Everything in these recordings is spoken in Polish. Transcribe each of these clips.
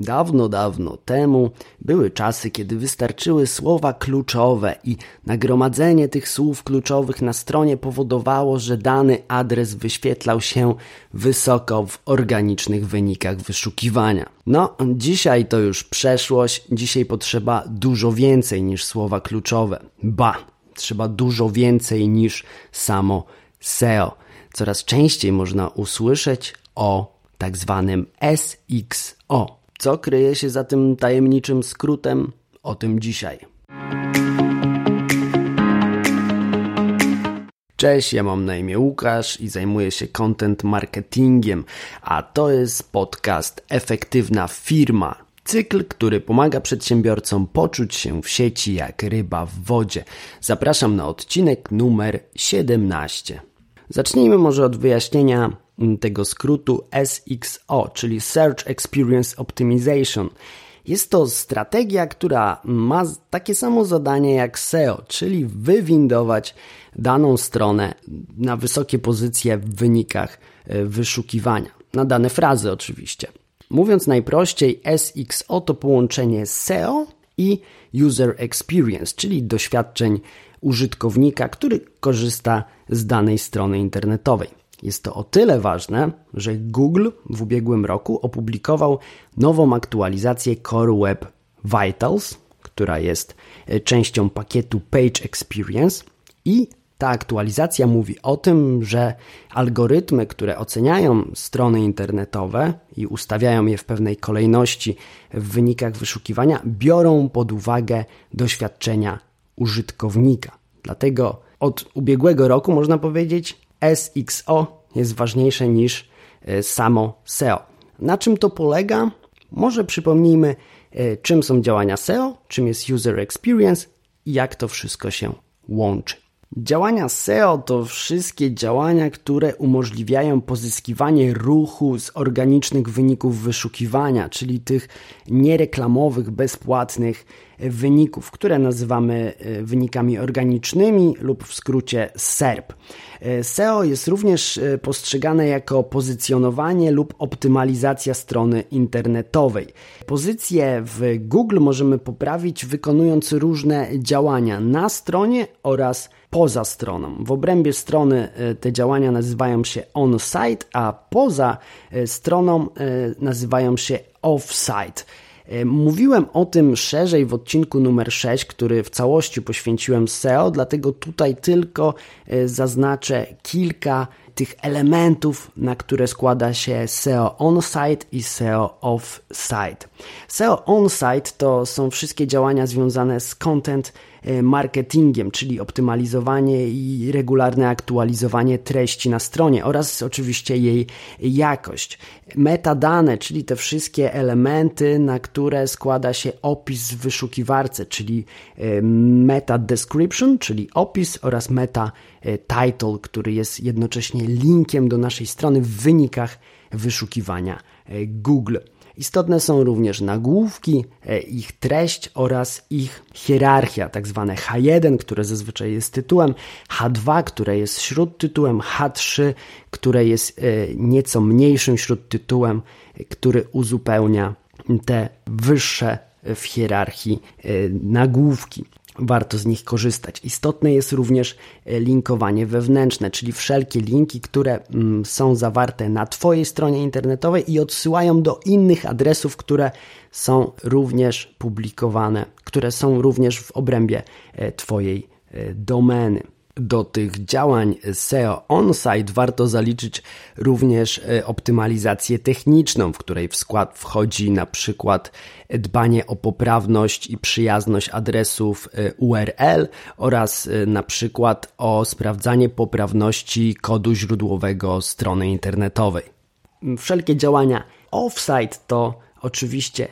Dawno, dawno temu były czasy, kiedy wystarczyły słowa kluczowe i nagromadzenie tych słów kluczowych na stronie powodowało, że dany adres wyświetlał się wysoko w organicznych wynikach wyszukiwania. No, dzisiaj to już przeszłość, dzisiaj potrzeba dużo więcej niż słowa kluczowe. Trzeba dużo więcej niż samo SEO. Coraz częściej można usłyszeć o tak zwanym SXO. Co kryje się za tym tajemniczym skrótem? O tym dzisiaj. Cześć, ja mam na imię Łukasz i zajmuję się content marketingiem, a to jest podcast Efektywna Firma. Cykl, który pomaga przedsiębiorcom poczuć się w sieci jak ryba w wodzie. Zapraszam na odcinek numer 17. Zacznijmy może od wyjaśnienia tego skrótu SXO, czyli Search Experience Optimization. Jest to strategia, która ma takie samo zadanie jak SEO, czyli wywindować daną stronę na wysokie pozycje w wynikach wyszukiwania, na dane frazy oczywiście. Mówiąc najprościej, SXO to połączenie SEO i User Experience, czyli doświadczeń użytkownika, który korzysta z danej strony internetowej. Jest to o tyle ważne, że Google w ubiegłym roku opublikował nową aktualizację Core Web Vitals, która jest częścią pakietu Page Experience i ta aktualizacja mówi o tym, że algorytmy, które oceniają strony internetowe i ustawiają je w pewnej kolejności w wynikach wyszukiwania, biorą pod uwagę doświadczenia użytkownika. Dlatego od ubiegłego roku można powiedzieć, SXO jest ważniejsze niż samo SEO. Na czym to polega? Może przypomnijmy, czym są działania SEO, czym jest User Experience i jak to wszystko się łączy. Działania SEO to wszystkie działania, które umożliwiają pozyskiwanie ruchu z organicznych wyników wyszukiwania, czyli tych niereklamowych, bezpłatnych wyników, które nazywamy wynikami organicznymi lub w skrócie SERP. SEO jest również postrzegane jako pozycjonowanie lub optymalizacja strony internetowej. Pozycję w Google możemy poprawić wykonując różne działania na stronie oraz poza stroną. W obrębie strony te działania nazywają się on-site, a poza stroną nazywają się off-site. Mówiłem o tym szerzej w odcinku numer 6, który w całości poświęciłem SEO, dlatego tutaj tylko zaznaczę kilka tych elementów, na które składa się SEO on-site i SEO off-site. SEO on-site to są wszystkie działania związane z content marketingiem, czyli optymalizowanie i regularne aktualizowanie treści na stronie oraz oczywiście jej jakość. Metadane, czyli te wszystkie elementy, na które składa się opis w wyszukiwarce, czyli meta description, czyli opis oraz meta title, który jest jednocześnie linkiem do naszej strony w wynikach wyszukiwania Google. Istotne są również nagłówki, ich treść oraz ich hierarchia, tak zwane H1, które zazwyczaj jest tytułem, H2, które jest śródtytułem, H3, które jest nieco mniejszym śródtytułem, który uzupełnia te wyższe w hierarchii nagłówki. Warto z nich korzystać. Istotne jest również linkowanie wewnętrzne, czyli wszelkie linki, które są zawarte na Twojej stronie internetowej i odsyłają do innych adresów, które są również publikowane, które są również w obrębie Twojej domeny. Do tych działań SEO on-site warto zaliczyć również optymalizację techniczną, w której w skład wchodzi na przykład dbanie o poprawność i przyjazność adresów URL oraz na przykład o sprawdzanie poprawności kodu źródłowego strony internetowej. Wszelkie działania off-site to oczywiście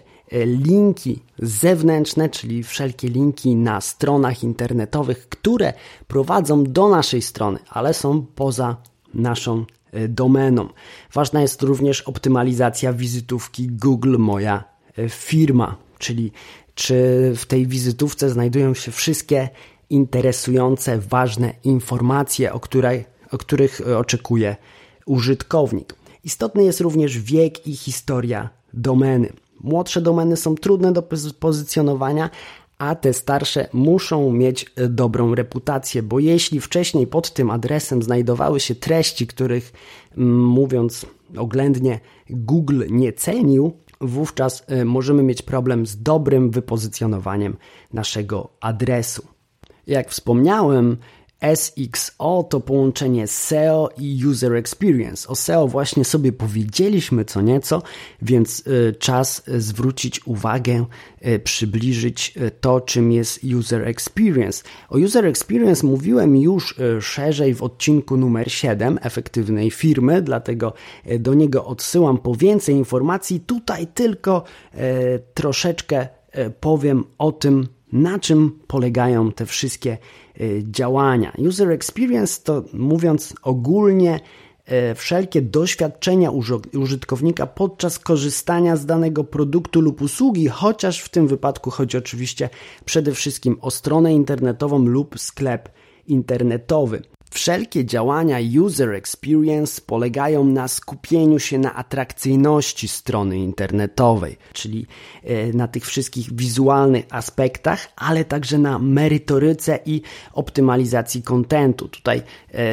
linki zewnętrzne, czyli wszelkie linki na stronach internetowych, które prowadzą do naszej strony, ale są poza naszą domeną. Ważna jest również optymalizacja wizytówki Google Moja Firma, czyli czy w tej wizytówce znajdują się wszystkie interesujące, ważne informacje, o których oczekuje użytkownik. Istotny jest również wiek i historia domeny. młodsze domeny są trudne do pozycjonowania, a te starsze muszą mieć dobrą reputację, bo jeśli wcześniej pod tym adresem znajdowały się treści, których, mówiąc oględnie, Google nie cenił, wówczas możemy mieć problem z dobrym wypozycjonowaniem naszego adresu. Jak wspomniałem, SXO to połączenie SEO i User Experience. O SEO właśnie sobie powiedzieliśmy co nieco, więc czas zwrócić uwagę, przybliżyć to, czym jest User Experience. O User Experience mówiłem już szerzej w odcinku numer 7 Efektywnej Firmy, dlatego do niego odsyłam po więcej informacji. Tutaj tylko troszeczkę powiem o tym, na czym polegają te wszystkie działania. User Experience to, mówiąc ogólnie, wszelkie doświadczenia użytkownika podczas korzystania z danego produktu lub usługi, chociaż w tym wypadku chodzi oczywiście przede wszystkim o stronę internetową lub sklep internetowy. Wszelkie działania User Experience polegają na skupieniu się na atrakcyjności strony internetowej, czyli na tych wszystkich wizualnych aspektach, ale także na merytoryce i optymalizacji kontentu. Tutaj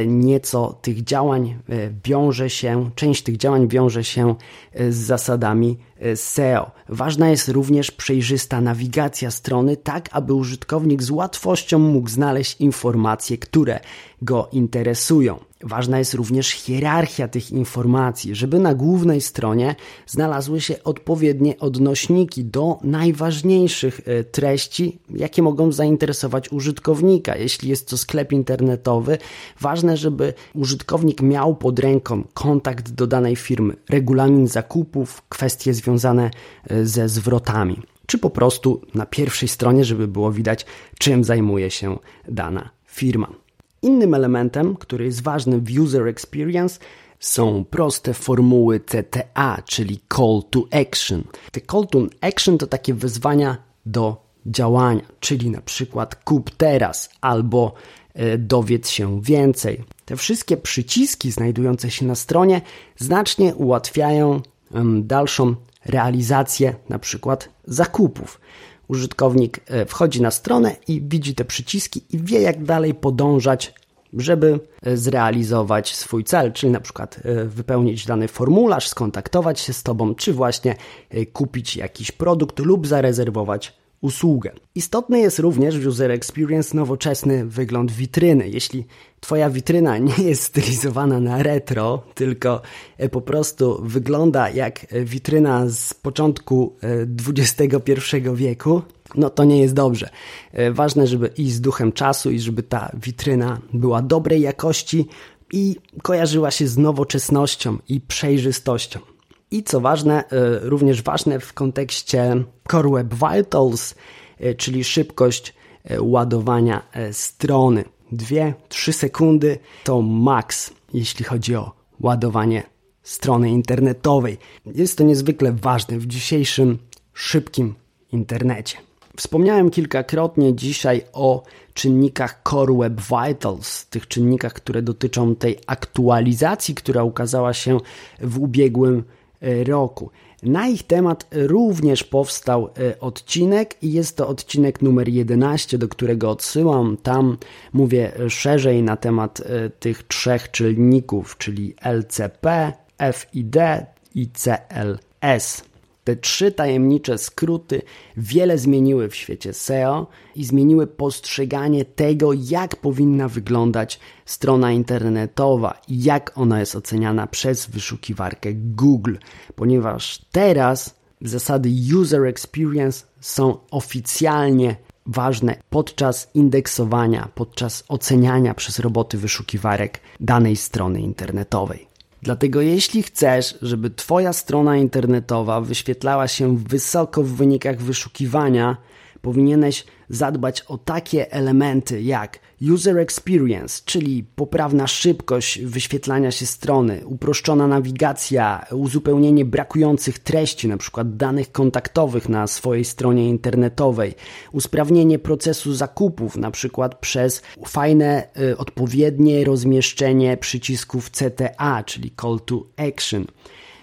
część tych działań wiąże się z zasadami SEO. Ważna jest również przejrzysta nawigacja strony, tak aby użytkownik z łatwością mógł znaleźć informacje, które go interesują. Ważna jest również hierarchia tych informacji, żeby na głównej stronie znalazły się odpowiednie odnośniki do najważniejszych treści, jakie mogą zainteresować użytkownika. Jeśli jest to sklep internetowy, ważne, żeby użytkownik miał pod ręką kontakt do danej firmy, regulamin zakupów, kwestie związane ze zwrotami, czy po prostu na pierwszej stronie, żeby było widać, czym zajmuje się dana firma. Innym elementem, który jest ważny w User Experience, są proste formuły CTA, czyli Call to Action. Te Call to Action to takie wezwania do działania, czyli na przykład kup teraz albo dowiedz się więcej. Te wszystkie przyciski znajdujące się na stronie znacznie ułatwiają dalszą realizację na przykład zakupów. Użytkownik wchodzi na stronę i widzi te przyciski i wie, jak dalej podążać, żeby zrealizować swój cel, czyli na przykład wypełnić dany formularz, skontaktować się z Tobą, czy właśnie kupić jakiś produkt lub zarezerwować usługę. Istotny jest również w User Experience nowoczesny wygląd witryny. Jeśli Twoja witryna nie jest stylizowana na retro, tylko po prostu wygląda jak witryna z początku XXI wieku, no to nie jest dobrze. Ważne, żeby iść z duchem czasu i żeby ta witryna była dobrej jakości i kojarzyła się z nowoczesnością i przejrzystością. I co ważne, również ważne w kontekście Core Web Vitals, czyli szybkość ładowania strony. 2-3 sekundy to maks, jeśli chodzi o ładowanie strony internetowej. Jest to niezwykle ważne w dzisiejszym szybkim internecie. Wspomniałem kilkakrotnie dzisiaj o czynnikach Core Web Vitals, tych czynnikach, które dotyczą tej aktualizacji, która ukazała się w ubiegłym roku. Na ich temat również powstał odcinek i jest to odcinek numer 11, do którego odsyłam. Tam mówię szerzej na temat tych trzech czynników, czyli LCP, FID i CLS. Te trzy tajemnicze skróty wiele zmieniły w świecie SEO i zmieniły postrzeganie tego, jak powinna wyglądać strona internetowa i jak ona jest oceniana przez wyszukiwarkę Google, ponieważ teraz zasady User Experience są oficjalnie ważne podczas indeksowania, podczas oceniania przez roboty wyszukiwarek danej strony internetowej. Dlatego jeśli chcesz, żeby Twoja strona internetowa wyświetlała się wysoko w wynikach wyszukiwania, powinieneś zadbać o takie elementy jak User Experience, czyli poprawna szybkość wyświetlania się strony, uproszczona nawigacja, uzupełnienie brakujących treści, np. danych kontaktowych na swojej stronie internetowej, usprawnienie procesu zakupów, np. przez fajne, odpowiednie rozmieszczenie przycisków CTA, czyli Call to Action.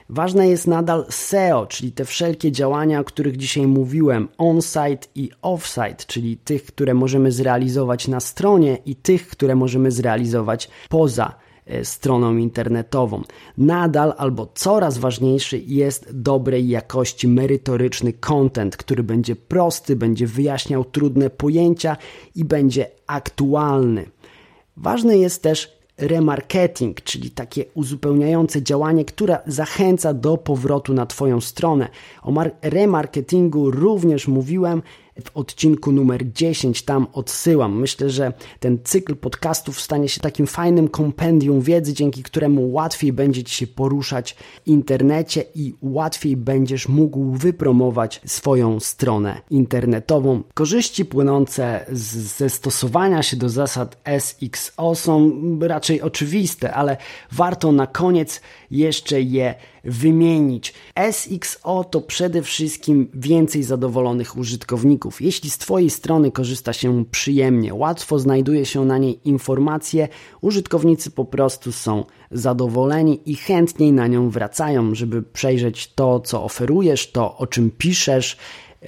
Ważne jest nadal SEO, czyli te wszelkie działania, o których dzisiaj mówiłem, on-site i off-site, czyli tych, które możemy zrealizować na stronie i tych, które możemy zrealizować poza stroną internetową. Nadal albo coraz ważniejszy jest dobrej jakości merytoryczny content, który będzie prosty, będzie wyjaśniał trudne pojęcia i będzie aktualny. Ważny jest też remarketing, czyli takie uzupełniające działanie, które zachęca do powrotu na Twoją stronę. O remarketingu również mówiłem w odcinku numer 10, tam odsyłam. Myślę, że ten cykl podcastów stanie się takim fajnym kompendium wiedzy, dzięki któremu łatwiej będzie Ci się poruszać w internecie i łatwiej będziesz mógł wypromować swoją stronę internetową. Korzyści płynące ze stosowania się do zasad SXO są raczej oczywiste, ale warto na koniec jeszcze je wymienić. SXO to przede wszystkim więcej zadowolonych użytkowników. Jeśli z Twojej strony korzysta się przyjemnie, łatwo znajduje się na niej informacje, użytkownicy po prostu są zadowoleni i chętniej na nią wracają, żeby przejrzeć to, co oferujesz, to, o czym piszesz,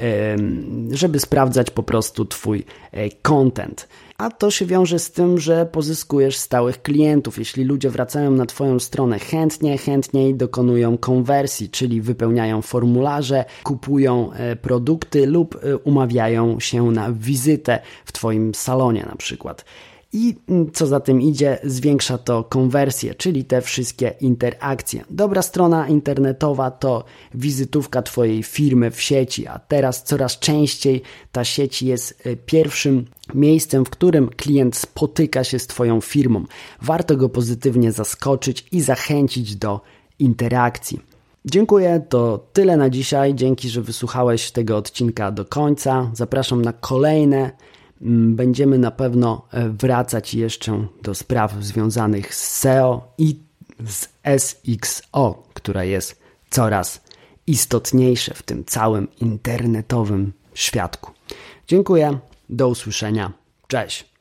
żeby sprawdzać po prostu Twój content. A to się wiąże z tym, że pozyskujesz stałych klientów. Jeśli ludzie wracają na Twoją stronę chętniej dokonują konwersji, czyli wypełniają formularze, kupują produkty lub umawiają się na wizytę w Twoim salonie na przykład. I co za tym idzie, zwiększa to konwersję, czyli te wszystkie interakcje. Dobra strona internetowa to wizytówka Twojej firmy w sieci, a teraz coraz częściej ta sieć jest pierwszym miejscem, w którym klient spotyka się z Twoją firmą. Warto go pozytywnie zaskoczyć i zachęcić do interakcji. Dziękuję, to tyle na dzisiaj. Dzięki, że wysłuchałeś tego odcinka do końca. Zapraszam na kolejne. Będziemy na pewno wracać jeszcze do spraw związanych z SEO i z SXO, która jest coraz istotniejsza w tym całym internetowym światku. Dziękuję, do usłyszenia, cześć.